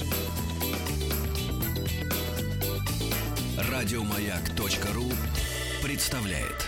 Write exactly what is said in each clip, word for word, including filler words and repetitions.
Радиомаяк.ру представляет.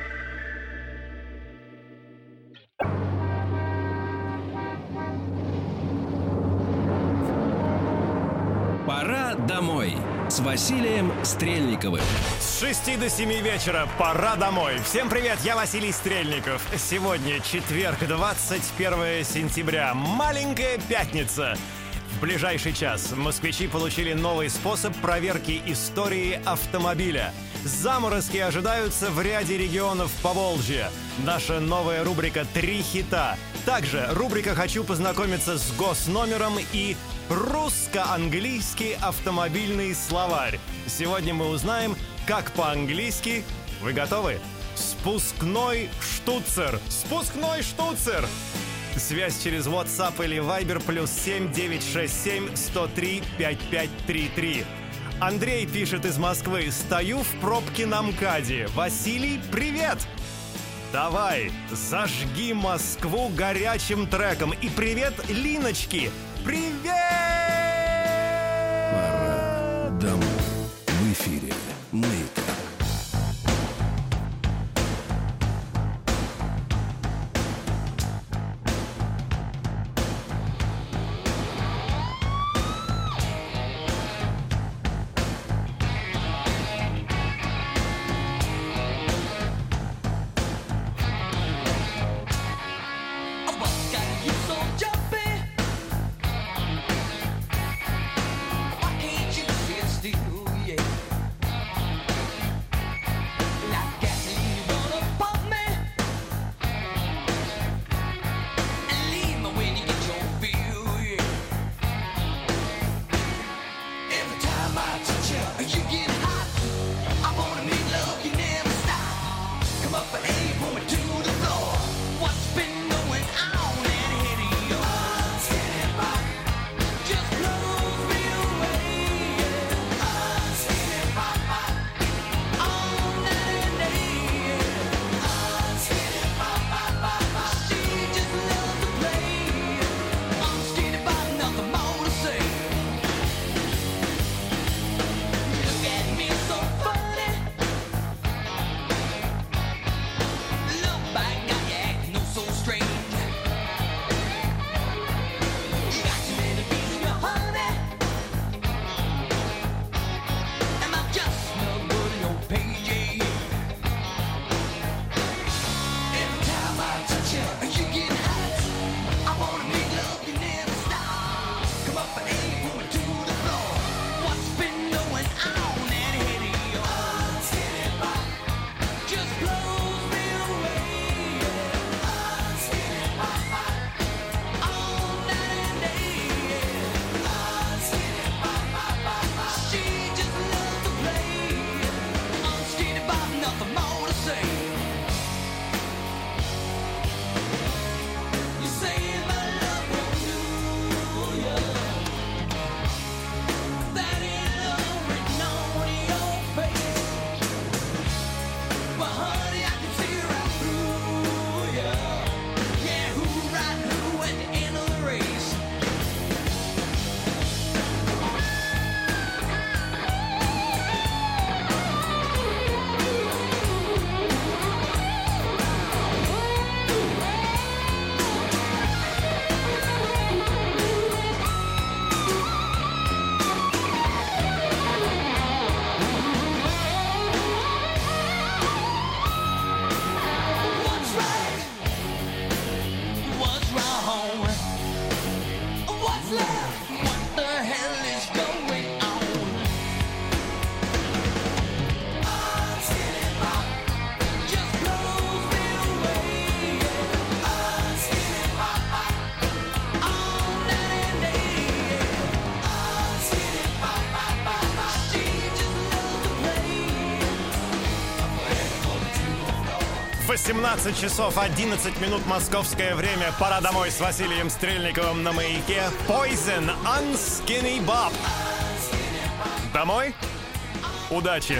Пора домой с Василием Стрельниковым. С шести до семи вечера пора домой. Всем привет, я Василий Стрельников. Сегодня четверг, двадцать первое сентября. Маленькая пятница. В ближайший час москвичи получили новый способ проверки истории автомобиля. Заморозки ожидаются в ряде регионов Поволжья. Наша новая рубрика «Три хита». Также рубрика «Хочу познакомиться с госномером» и русско-английский автомобильный словарь. Сегодня мы узнаем, как по-английски. Вы готовы? Спускной штуцер. Спускной штуцер. Связь через WhatsApp или Viber плюс семь девятьсот шестьдесят семь сто три пятьдесят пять тридцать три. Андрей пишет из Москвы: «Стою в пробке на МКАДе». Василий, привет! Давай, зажги Москву горячим треком. И привет Линочки! Привет! Пора домой. В эфире Маяка. восемнадцать часов одиннадцать минут московское время. Пора домой с Василием Стрельниковым на Маяке. Poison, Unskinny Bob. Домой? Удачи!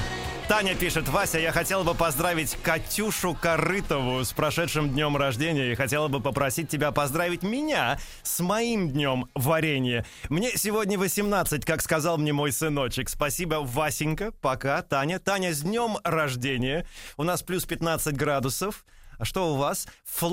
Таня пишет: Вася, я хотела бы поздравить Катюшу Корытову с прошедшим днем рождения и хотела бы попросить тебя поздравить меня с моим днем варенья. Мне сегодня восемнадцать, как сказал мне мой сыночек. Спасибо, Васенька. Пока, Таня. Таня, с днем рождения. У нас плюс пятнадцать градусов. А что у вас?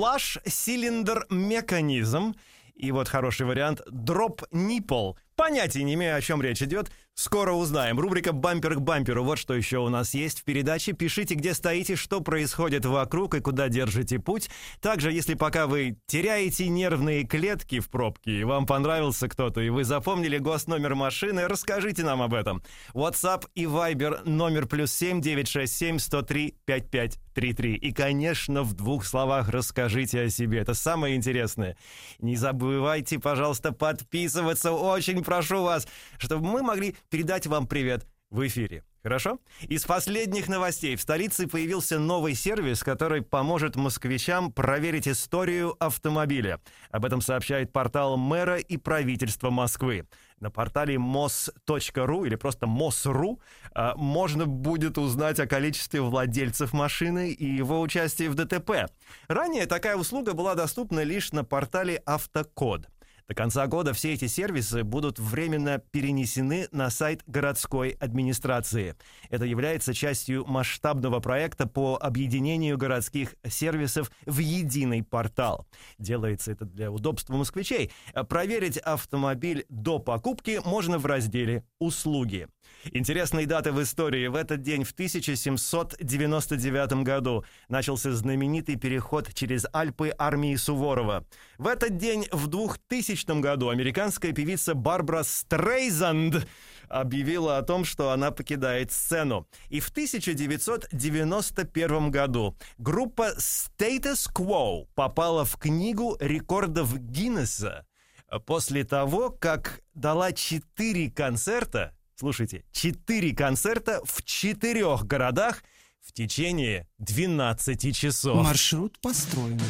Флаш-силиндр-механизм. И вот хороший вариант. Дроп-ниппл. Понятия не имею, о чем речь идет. Скоро узнаем. Рубрика «Бампер к бамперу». Вот что еще у нас есть в передаче. Пишите, где стоите, что происходит вокруг и куда держите путь. Также, если пока вы теряете нервные клетки в пробке, и вам понравился кто-то, и вы запомнили госномер машины, расскажите нам об этом. WhatsApp и Viber номер плюс семь девятьсот шестьдесят семь сто три пятьдесят пять тридцать три. И, конечно, в двух словах расскажите о себе. Это самое интересное. Не забывайте, пожалуйста, подписываться. Очень прошу вас, чтобы мы могли передать вам привет в эфире. Хорошо? Из последних новостей. В столице появился новый сервис, который поможет москвичам проверить историю автомобиля. Об этом сообщает портал мэра и правительства Москвы. На портале мос точка ру или просто мос точка ру а, можно будет узнать о количестве владельцев машины и его участии в ДТП. Ранее такая услуга была доступна лишь на портале Автокод. До конца года все эти сервисы будут временно перенесены на сайт городской администрации. Это является частью масштабного проекта по объединению городских сервисов в единый портал. Делается это для удобства москвичей. Проверить автомобиль до покупки можно в разделе «Услуги». Интересные даты в истории. В этот день, в тысяча семьсот девяносто девятом году, начался знаменитый переход через Альпы армии Суворова. В этот день, в двухтысячном году, американская певица Барбара Стрейзанд объявила о том, что она покидает сцену. И в тысяча девятьсот девяносто первом году группа Status Quo попала в книгу рекордов Гиннесса после того, как дала четыре концерта. Слушайте, четыре концерта в четырех городах в течение двенадцати часов. Маршрут построен.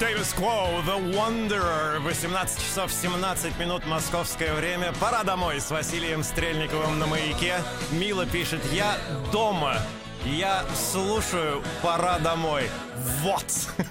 Status Quo, The Wanderer. восемнадцать часов семнадцать минут московское время. Пора домой с Василием Стрельниковым на Маяке. Мила пишет: я дома. Я слушаю, пора домой. Вот.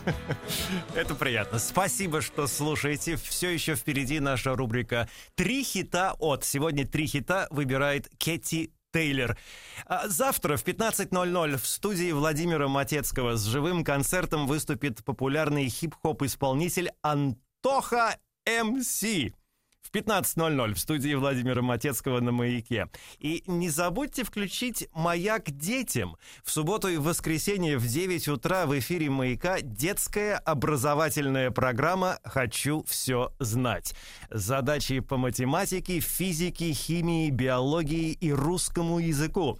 Это приятно. Спасибо, что слушаете. Все еще впереди наша рубрика «Три хита от». Сегодня три хита выбирает Кэти Тейлор. А завтра в пятнадцать ноль ноль в студии Владимира Матецкого с живым концертом выступит популярный хип-хоп-исполнитель Антоха эм си. В пятнадцать ноль ноль в студии Владимира Матецкого на Маяке. И не забудьте включить «Маяк детям». В субботу и в воскресенье в девять утра в эфире «Маяка» детская образовательная программа «Хочу все знать». Задачи по математике, физике, химии, биологии и русскому языку.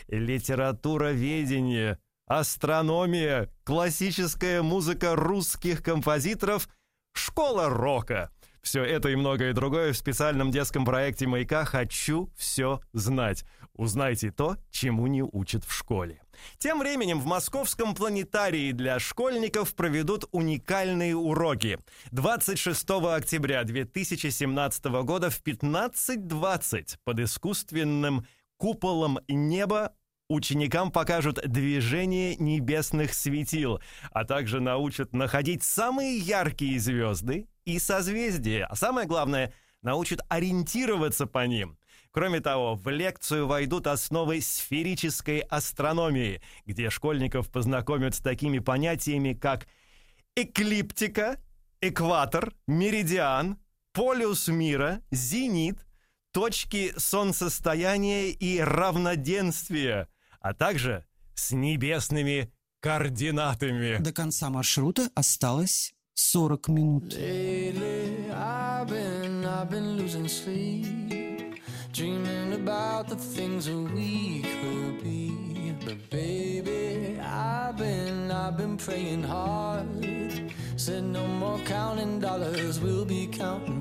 Литературоведение, астрономия, классическая музыка русских композиторов, школа рока. Все это и многое другое в специальном детском проекте «Маяка» «Хочу все знать». Узнайте то, чему не учат в школе. Тем временем в Московском планетарии для школьников проведут уникальные уроки. двадцать шестого октября две тысячи семнадцатого года в пятнадцать двадцать под искусственным куполом неба ученикам покажут движение небесных светил, а также научат находить самые яркие звезды и созвездия. А самое главное, научат ориентироваться по ним. Кроме того, в лекцию войдут основы сферической астрономии, где школьников познакомят с такими понятиями, как эклиптика, экватор, меридиан, полюс мира, зенит, точки солнцестояния и равноденствия, а также с небесными координатами. До конца маршрута осталось сорок минут. Lately, I've been, I've been losing sleep, dreaming about the things that we could be. But baby, I've been, I've been praying hard. Said no more counting dollars, we'll be counting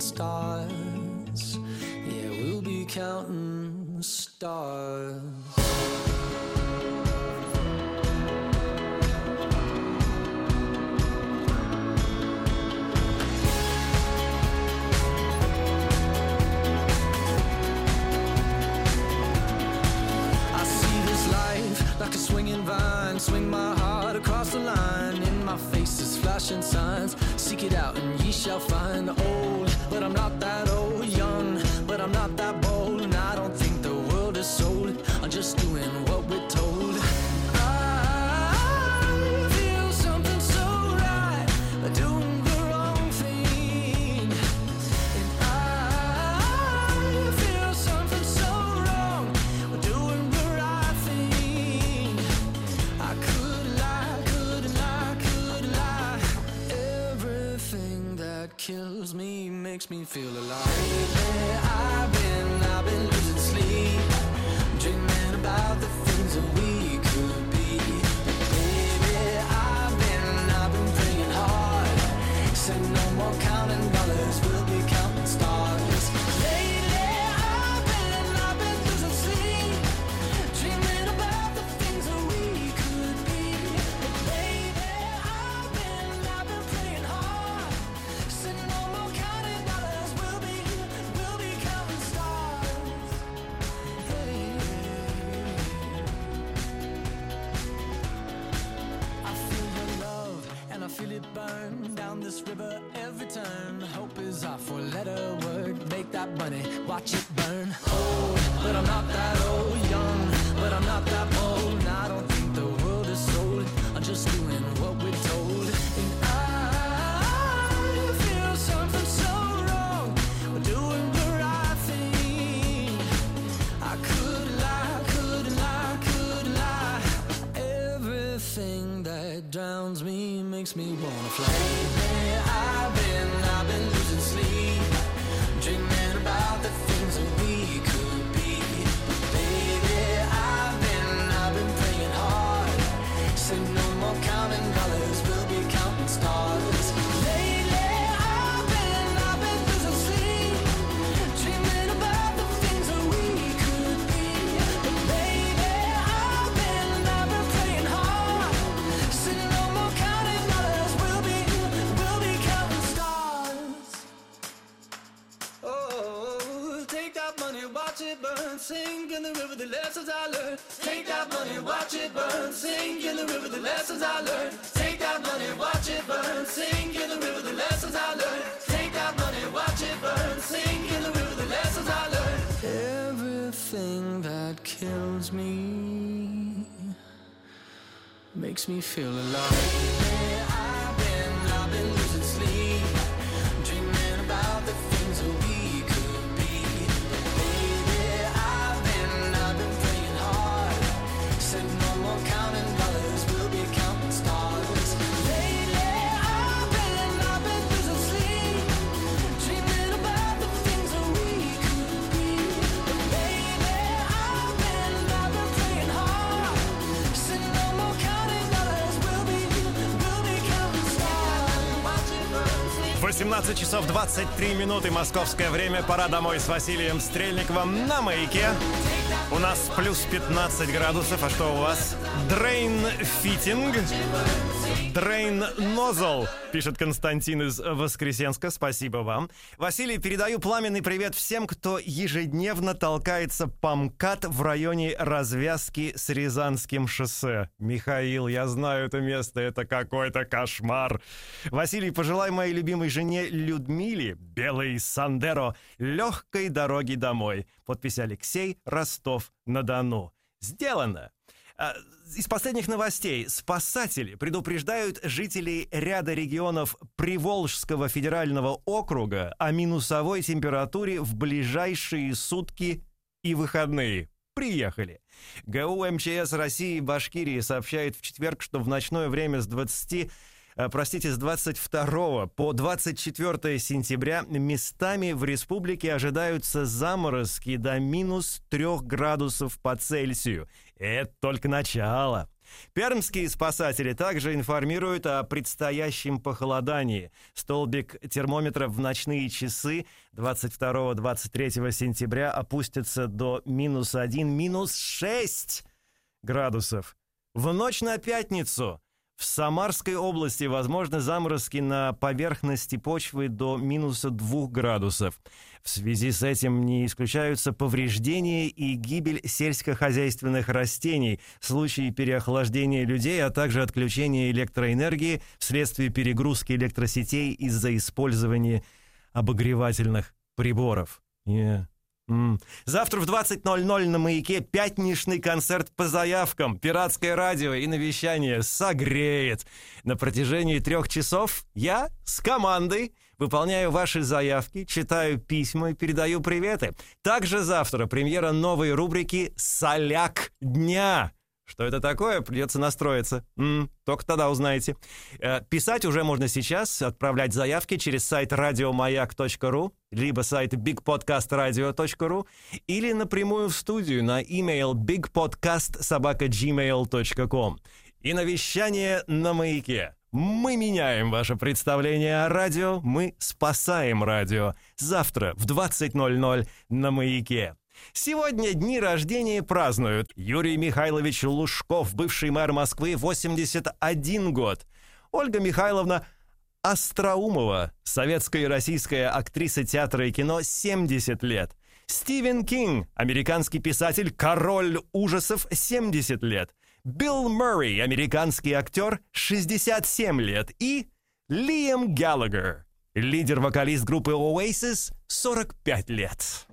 stars. Yeah, we'll be counting stars. Like a swinging vine, swing my heart across the line. In my face is flashing signs. Seek it out and ye shall find. Old, but I'm not that old. Young, but I'm not that bold. And I don't think the world is sold. I'm just doing what we're told. I feel something so right, doing the wrong thing. And I feel something so wrong, doing the right thing. I could lie, could lie, could lie. Everything that kills me makes me feel alive. Lately, I've been, I've been losing sleep, dreaming about the things that we could be. Baby, I've been, I've been praying hard. Said no more counting dollars, we'll be counting stars. Lately, I've been, I've been losing sleep, dreaming about the things that we could be. Baby, I've been, I've been praying hard. Said no more counting dollars, we'll be, we'll be counting stars. Hey. I feel your love and I feel it burn down this river every turn. Hope is our four-letter word. Make that money, watch it burn. Old, but I'm not that old. Young, but I'm not that bold. And I don't think the world is sold. I'm just doing what we're told. And I feel something so wrong. We're doing the right thing. I could lie, could lie, could lie. Everything that drowns me makes me wanna fly. Lately, I've been, I've been losing sleep, dreaming about the things that we could be. But baby, I've been, I've been praying hard. Said no more counting dollars, we'll be counting stars. Lately, I've been, I've been losing sleep, dreaming about the things that we could be. But baby, I've been, I've been praying hard. Said no more counting dollars, we'll be, we'll be sink in the river, the lessons I learned. Take that money, watch it burn. Sink in the river, the lessons I learned. Take that money, watch it burn. Sink in the river, the lessons I learned. Take that money, watch it burn. Sink in the river, the lessons I learned. Everything that kills me makes me feel alive. I've been, I've been losing sleep, dreaming about the things that we could be. But baby, I've been, I've been praying hard. Said no more counting dollars, we'll be counting stars. Lately, I've been, I've been losing sleep, dreaming about the things that we could be. But baby, I've been, I've been praying hard. Said no more counting dollars, we'll be, we'll be counting stars. Watch it burn. восемнадцать часов двадцать три минуты московское время. Пора домой с Василием Стрельниковым на Маяке. У нас плюс пятнадцать градусов. А что у вас? Drain Fitting. Drain Nozzle, пишет Константин из Воскресенска. Спасибо вам. Василий, передаю пламенный привет всем, кто ежедневно толкается по МКАД в районе развязки с Рязанским шоссе. Михаил, я знаю это место, это какой-то кошмар. Василий, пожелай моей любимой жене Людмиле, белой Сандеро, легкой дороги домой. Подпись Алексей, Ростов-на-Дону. Сделано. Из последних новостей. Спасатели предупреждают жителей ряда регионов Приволжского федерального округа о минусовой температуре в ближайшие сутки и выходные. Приехали. ГУ МЧС России Башкирии сообщает в четверг, что в ночное время с двадцати Простите, с двадцать второго по двадцать четвёртое сентября местами в республике ожидаются заморозки до минус трех градусов по Цельсию. Это только начало. Пермские спасатели также информируют о предстоящем похолодании. Столбик термометра в ночные часы двадцать второго — двадцать третьего сентября опустится до минус один, минус шесть градусов. В ночь на пятницу в Самарской области возможны заморозки на поверхности почвы до минуса двух градусов. В связи с этим не исключаются повреждения и гибель сельскохозяйственных растений в случае переохлаждения людей, а также отключения электроэнергии вследствие перегрузки электросетей из-за использования обогревательных приборов. Yeah. Mm. Завтра в двадцать ноль ноль на Маяке пятничный концерт по заявкам. Пиратское радио и навещание согреет. На протяжении трех часов я с командой выполняю ваши заявки, читаю письма и передаю приветы. Также завтра премьера новой рубрики «Соляк дня». Что это такое? Придется настроиться. М-м, только тогда узнаете. Э, писать уже можно сейчас, отправлять заявки через сайт радиомаяк точка ру, либо сайт биг подкаст радио точка ру, или напрямую в студию на email биг подкаст собака джимейл точка ком. И навещание на Маяке. Мы меняем ваше представление о радио, мы спасаем радио. Завтра в двадцать ноль ноль на Маяке. Сегодня дни рождения празднуют Юрий Михайлович Лужков, бывший мэр Москвы, восемьдесят один год. Ольга Михайловна Остроумова, советская и российская актриса театра и кино, семьдесят лет. Стивен Кинг, американский писатель, король ужасов, семьдесят лет. Билл Мurray, американский актер, шестьдесят семь лет. И Лиам Галлагер, лидер-вокалист группы Oasis, сорок пять лет.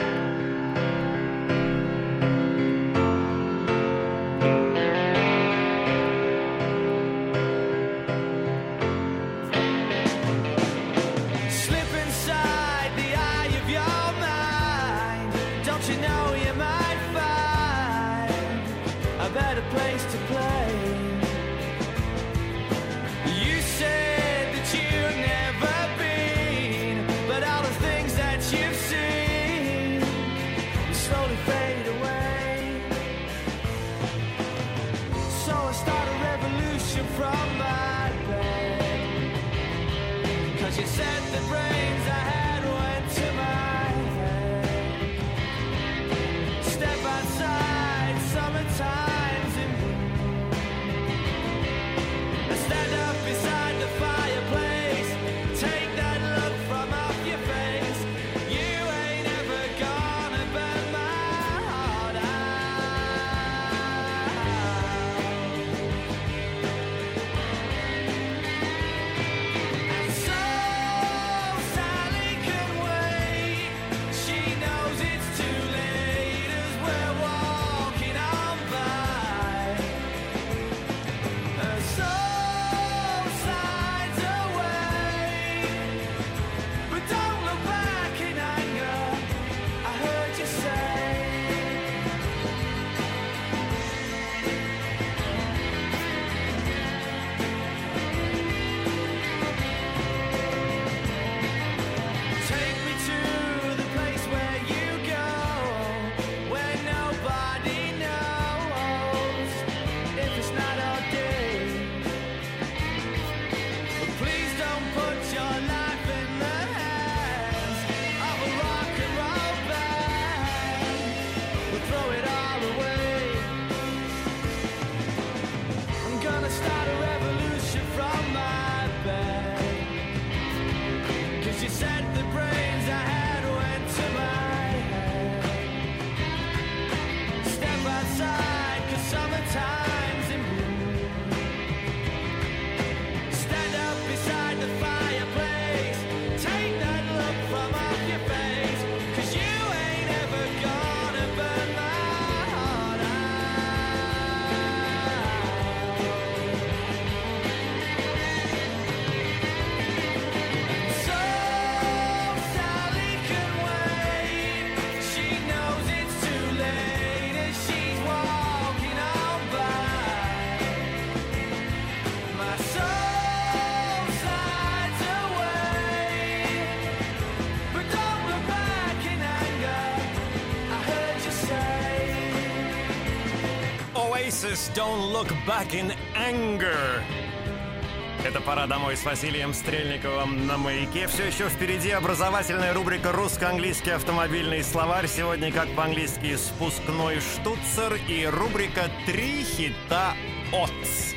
Faces Don't Look Back in Anger. Это «Пора домой» с Василием Стрельниковым на «Маяке». Все еще впереди образовательная рубрика «Русско-английский автомобильный словарь». Сегодня, как по-английски, спускной штуцер и рубрика «Три хита от».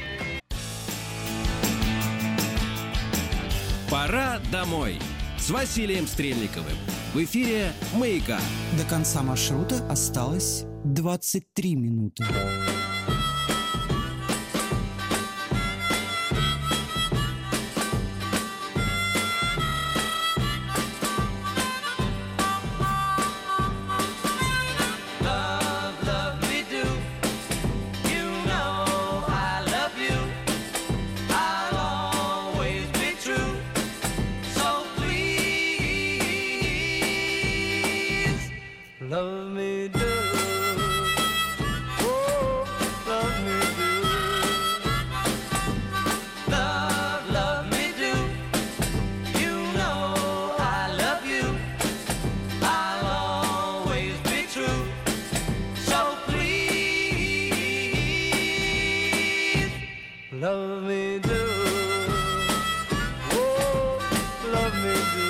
«Пора домой» с Василием Стрельниковым. В эфире «Маяка». До конца маршрута осталось двадцать три минуты. Love me do, oh, love me do. Love, love me do. You know I love you. I'll always be true. So please, love me do. Oh, love me do.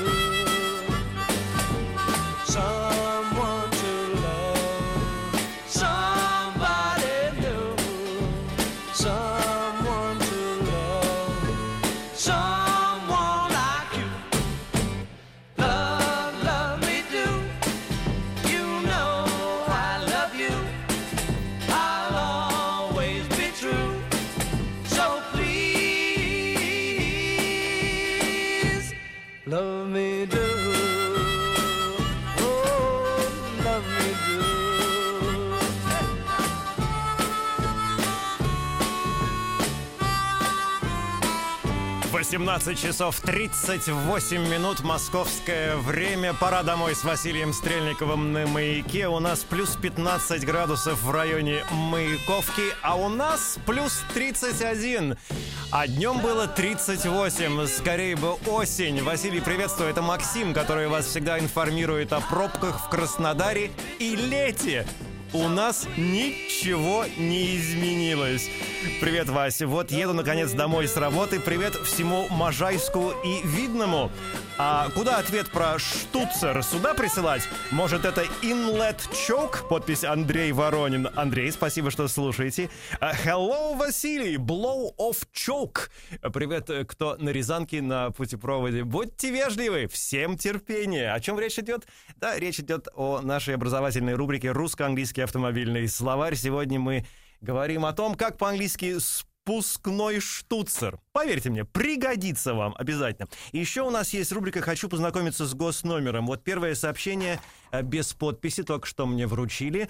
Someone to love, somebody new. Someone to love, someone like you. Love, love me do. You know I love you. I'll always be true. So please, love me do. восемнадцать часов тридцать восемь минут московское время. Пора домой с Василием Стрельниковым на «Маяке». У нас плюс пятнадцать градусов в районе Маяковки, а у нас плюс тридцать один. А днем было тридцать восемь. Скорее бы осень. Василий, приветствую. Это Максим, который вас всегда информирует о пробках в Краснодаре и лете. У нас ничего не изменилось. Привет, Вася. Вот еду, наконец, домой с работы. Привет всему Можайску и Видному. А куда ответ про штуцер? Сюда присылать? Может, это Inlet Choke? Подпись Андрей Воронин. Андрей, спасибо, что слушаете. Hello, Василий. Blow off choke. Привет, кто на Рязанке на путепроводе. Будьте вежливы. Всем терпения. О чем речь идет? Да, речь идет о нашей образовательной рубрике «Русско-английский автомобильный словарь». Сегодня мы говорим о том, как по-английски спускной штуцер. Поверьте мне, пригодится вам обязательно. И еще у нас есть рубрика «Хочу познакомиться с госномером». Вот первое сообщение без подписи, только что мне вручили.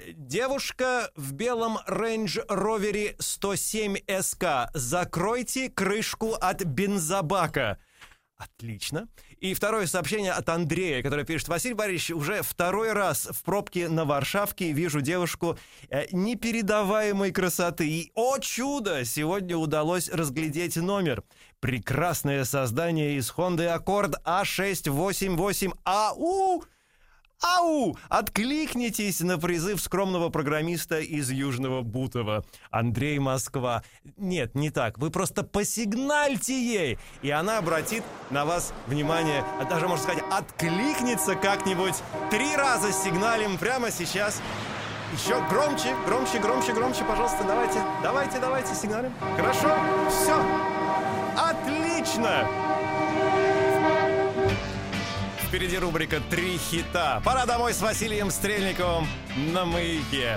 Девушка в белом Range Rover сто семь эс ка. Закройте крышку от бензобака. Отлично. И второе сообщение от Андрея, который пишет: Василий Борисович, уже второй раз в пробке на Варшавке вижу девушку э, непередаваемой красоты. И, о чудо, сегодня удалось разглядеть номер. Прекрасное создание из Honda Accord а шесть восемь восемь. Ау! Ау! Откликнитесь на призыв скромного программиста из Южного Бутова. Андрей, Москва. Нет, не так. Вы просто посигнальте ей, и она обратит на вас внимание. Даже, можно сказать, откликнется как-нибудь. Три раза сигналим прямо сейчас. Еще громче, громче, громче, громче, пожалуйста. Давайте, давайте, давайте сигналим. Хорошо? Все. Отлично! Впереди рубрика «Три хита». Пора домой с Василием Стрельниковым на «Маяке».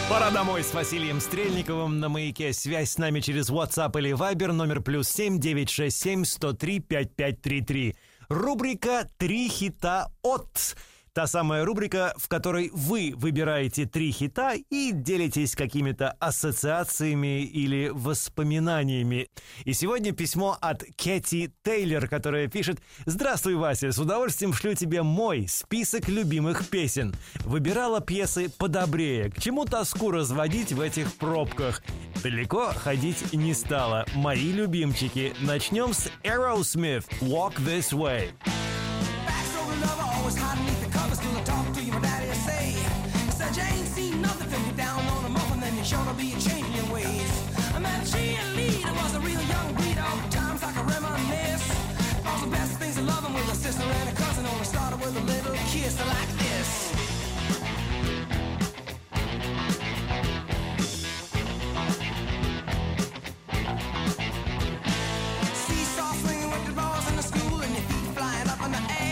Пора домой с Василием Стрельниковым на «Маяке». Связь с нами через WhatsApp или Viber, номер плюс семь девятьсот шестьдесят семь сто три пятьдесят пять тридцать три. Рубрика «Три хита от». Та самая рубрика, в которой вы выбираете три хита и делитесь какими-то ассоциациями или воспоминаниями. И сегодня письмо от Кэти Тейлор, которая пишет: «Здравствуй, Вася, с удовольствием шлю тебе мой список любимых песен. Выбирала пьесы подобрее. К чему тоску разводить в этих пробках? Далеко ходить не стала. Мои любимчики. Начнем с Aerosmith, Walk This Way». Always hiding beneath the covers till I talk to you, my daddy say, said you ain't seen nothing till you down on a muffin, then you're sure to be changing your ways. I met cheerleader, was a real young breed, all times I can reminisce. All the best things of loving with a sister and a cousin only started with a little kiss like this. Seesaw swinging with the balls in the school and your feet flying up in the air.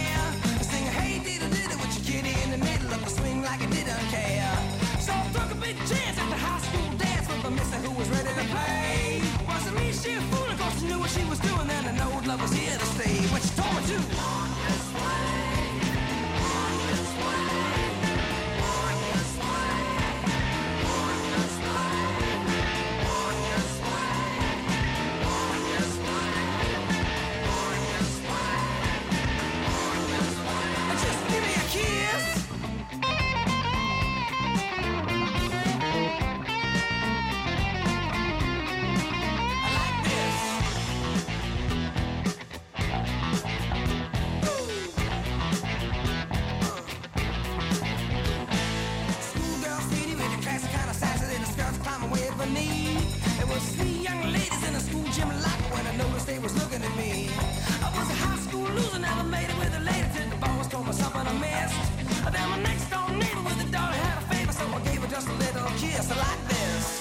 In the middle of the swing like it didn't care. So I took a big chance at the high school dance with a mister who was ready to play. Wasn't me, she a fool, of course she knew what she was doing. Then I know love was here to stay. But she told me to walk this way, walk this way, walk this way, walk this way, walk this way, walk this way, walk this way, walk this way. Just give me a kiss. Three young ladies in a school gym locker when I noticed they was looking at me. I was a high school loser, never made it with a lady till the boss told me something I missed. Then my next door neighbor with a daughter had a favor, so I gave her just a little kiss like this.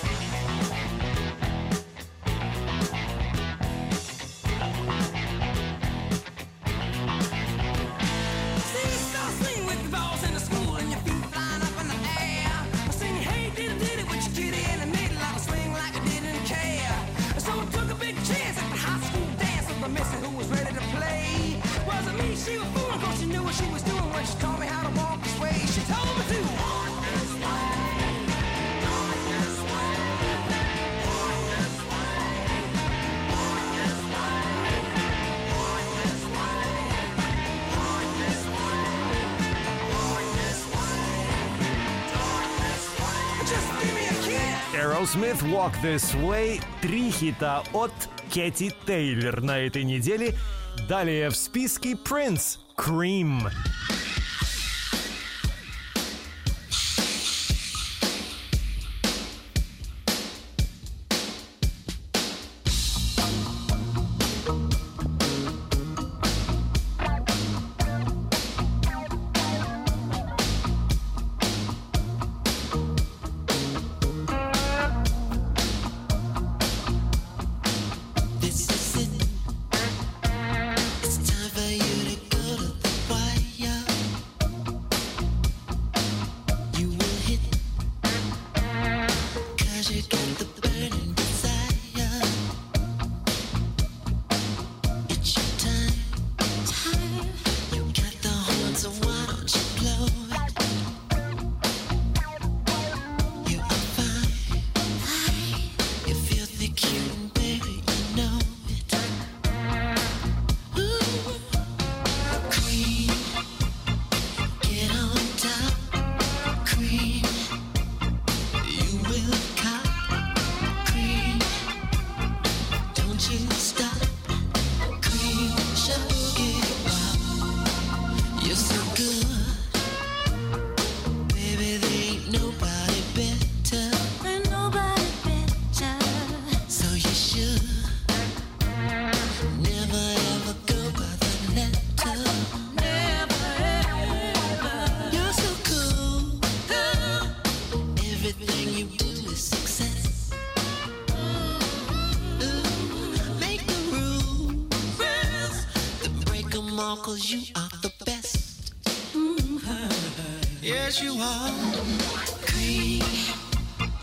See, start swing with the balls in the school and your feet flying up in the air. I sing, hey, diddy diddy with your kitty in the middle, I swing like I didn't care. So I took a big chance at the high school dance with my missy who was ready to play. Wasn't me, she was fooling, cause she knew what she was doing when she taught me how to walk this way. She told me to walk this way, walk this way, walk this way, walk this way, walk this way, walk this way, walk this way, walk this way. Just give me a kiss. Aerosmith, Walk This Way. Три хита от Кэти Тейлор на этой неделе. Далее в списке Prince, Cream. This is it. It's time for you to go to the all 'cause you are the best. Mm-hmm. Yes, you are. Cream.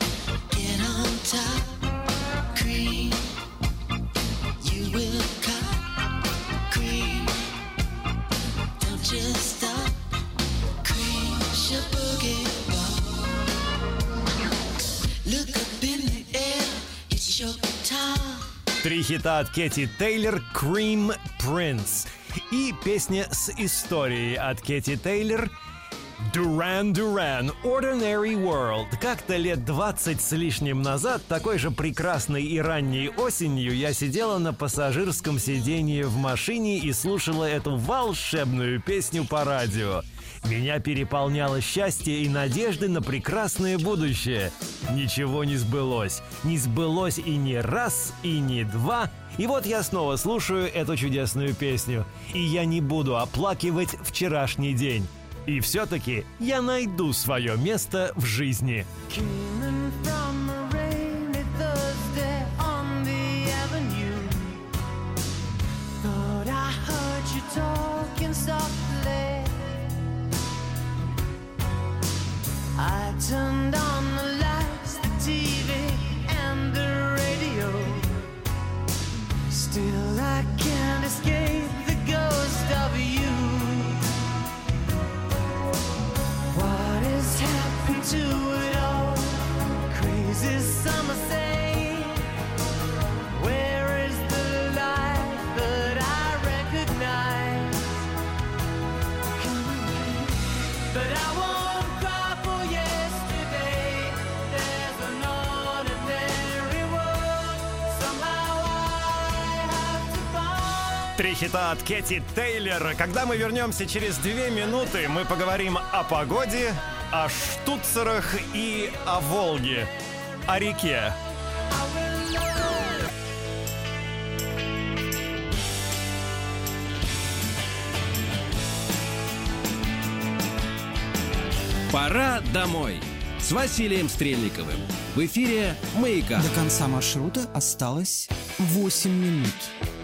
Три хита от Кэти Тейлор, Cream Prince. И песня с историей от Кэти Тейлор, Duran Duran, Ordinary World. Как-то лет двадцать с лишним назад, такой же прекрасной и ранней осенью, я сидела на пассажирском сиденье в машине и слушала эту волшебную песню по радио. Меня переполняло счастье и надежды на прекрасное будущее. Ничего не сбылось. Не сбылось и не раз, и не два. И вот я снова слушаю эту чудесную песню. И я не буду оплакивать вчерашний день. И все-таки я найду свое место в жизни. Coming from a rainy Thursday on the avenue. Thought I heard you talking softly. I turned on the lights, the T V and the radio. Still I can't escape the ghost of you. What has happened to it all? Crazy summer say, where is the life that I recognize? But I won't cry for yesterday. There's an ordinary world. Somehow I have to find. Три хита от Кэти Тейлор. Когда мы вернемся через две минуты, мы поговорим о погоде, о штуцерах и о Волге, о реке. Пора домой с Василием Стрельниковым. В эфире «Маяка». До конца маршрута осталось восемь минут.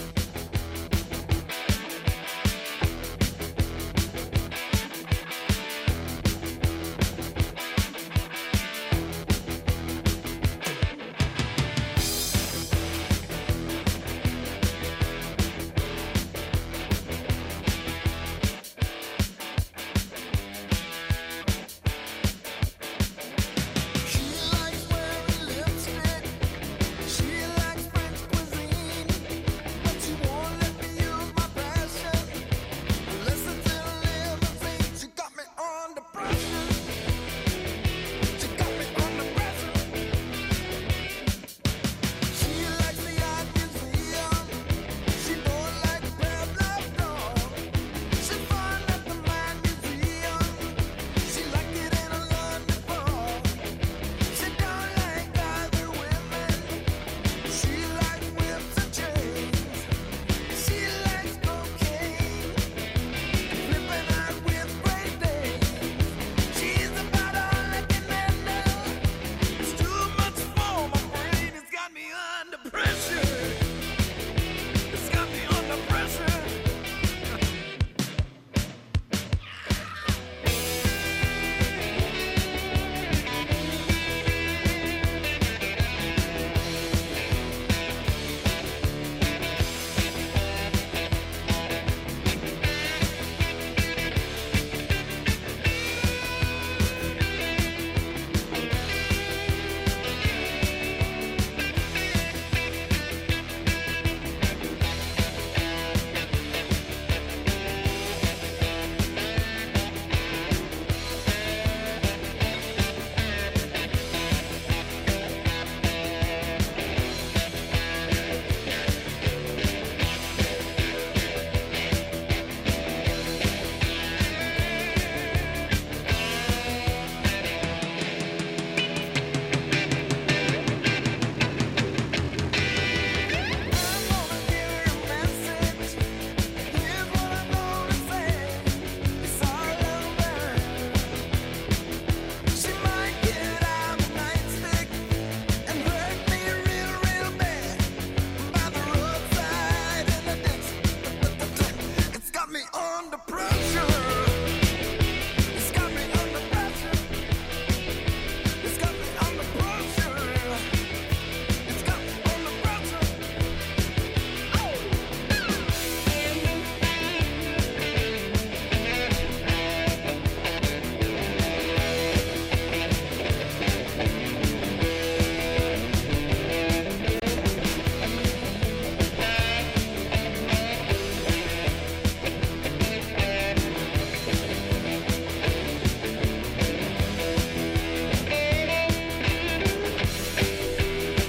She likes wearing lipstick. She likes French cuisine.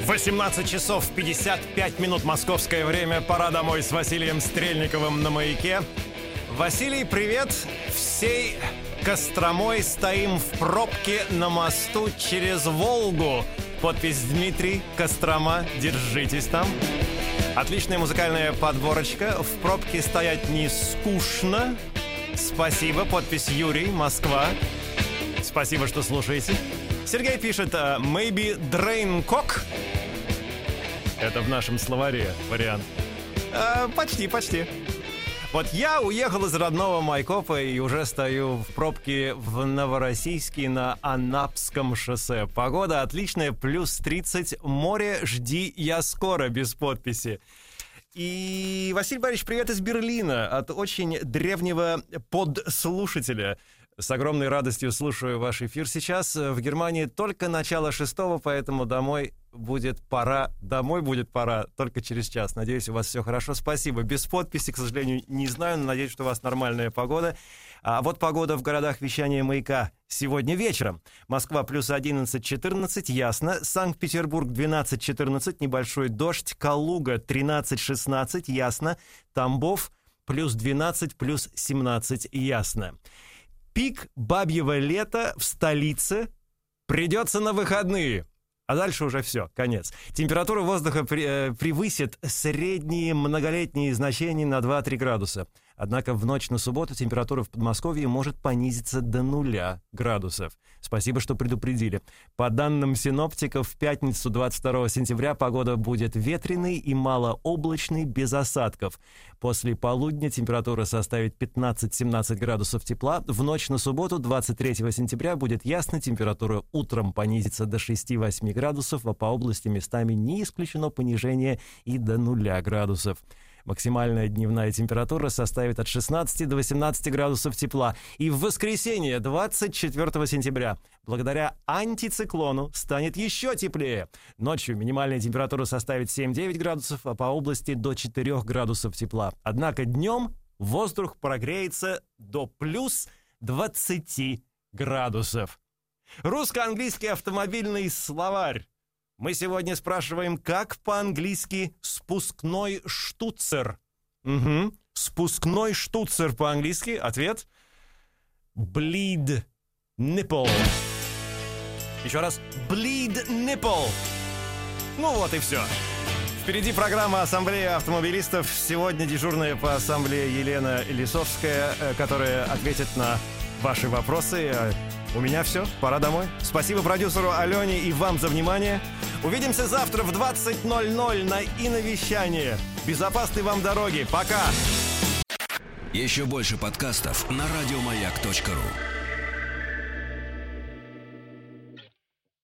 восемнадцать часов пятьдесят пять минут московское время. Пора домой с Василием Стрельниковым на «Маяке». Василий, привет! Всей Костромой стоим в пробке на мосту через Волгу. Подпись Дмитрий, Кострома, держитесь там. Отличная музыкальная подборочка. В пробке стоять не скучно. Спасибо. Подпись Юрий, Москва. Спасибо, что слушаете. Сергей пишет «Maybe Drain Cock». Это в нашем словаре вариант. А, почти, почти. Вот я уехал из родного Майкопа и уже стою в пробке в Новороссийске на Анапском шоссе. Погода отличная, плюс тридцать. Море, жди, я скоро, без подписи. И, Василий Борисович, привет из Берлина от очень древнего подслушателя. С огромной радостью слушаю ваш эфир сейчас. В Германии только начало шестого, поэтому домой будет пора. Домой будет пора только через час. Надеюсь, у вас все хорошо. Спасибо. Без подписи, к сожалению, не знаю, но надеюсь, что у вас нормальная погода. А вот погода в городах вещания «Маяка» сегодня вечером. Москва плюс одиннадцать четырнадцать, ясно. Санкт-Петербург двенадцать четырнадцать, небольшой дождь. Калуга тринадцать шестнадцать, ясно. Тамбов плюс двенадцать, плюс семнадцать, ясно. Пик бабьего лета в столице придется на выходные. А дальше уже все, конец. Температура воздуха при, э, превысит средние многолетние значения на два-три градуса. Однако в ночь на субботу температура в Подмосковье может понизиться до нуля градусов. Спасибо, что предупредили. По данным синоптиков, в пятницу двадцать второго сентября погода будет ветреной и малооблачной, без осадков. После полудня температура составит пятнадцать-семнадцать градусов тепла. В ночь на субботу двадцать третьего сентября будет ясно. Температура утром понизится до шести-восьми градусов, а по области местами не исключено понижение и до нуля градусов. Максимальная дневная температура составит от шестнадцати до восемнадцати градусов тепла. И в воскресенье, двадцать четвёртого сентября, благодаря антициклону станет еще теплее. Ночью минимальная температура составит семь-девять градусов, а по области до четырёх градусов тепла. Однако днем воздух прогреется до плюс двадцати градусов. Русско-английский автомобильный словарь. Мы сегодня спрашиваем, как по-английски спускной штуцер. Угу. Спускной штуцер по-английски. Ответ. Bleed nipple. Еще раз. Bleed nipple. Ну вот и все. Впереди программа «Ассамблея автомобилистов». Сегодня дежурная по ассамблее Елена Лисовская, которая ответит на ваши вопросы. У меня все, пора домой. Спасибо продюсеру Алене и вам за внимание. Увидимся завтра в двадцать ноль-ноль на Иновещание. Безопасной вам дороги. Пока! Еще больше подкастов на радиомаяк точка ру.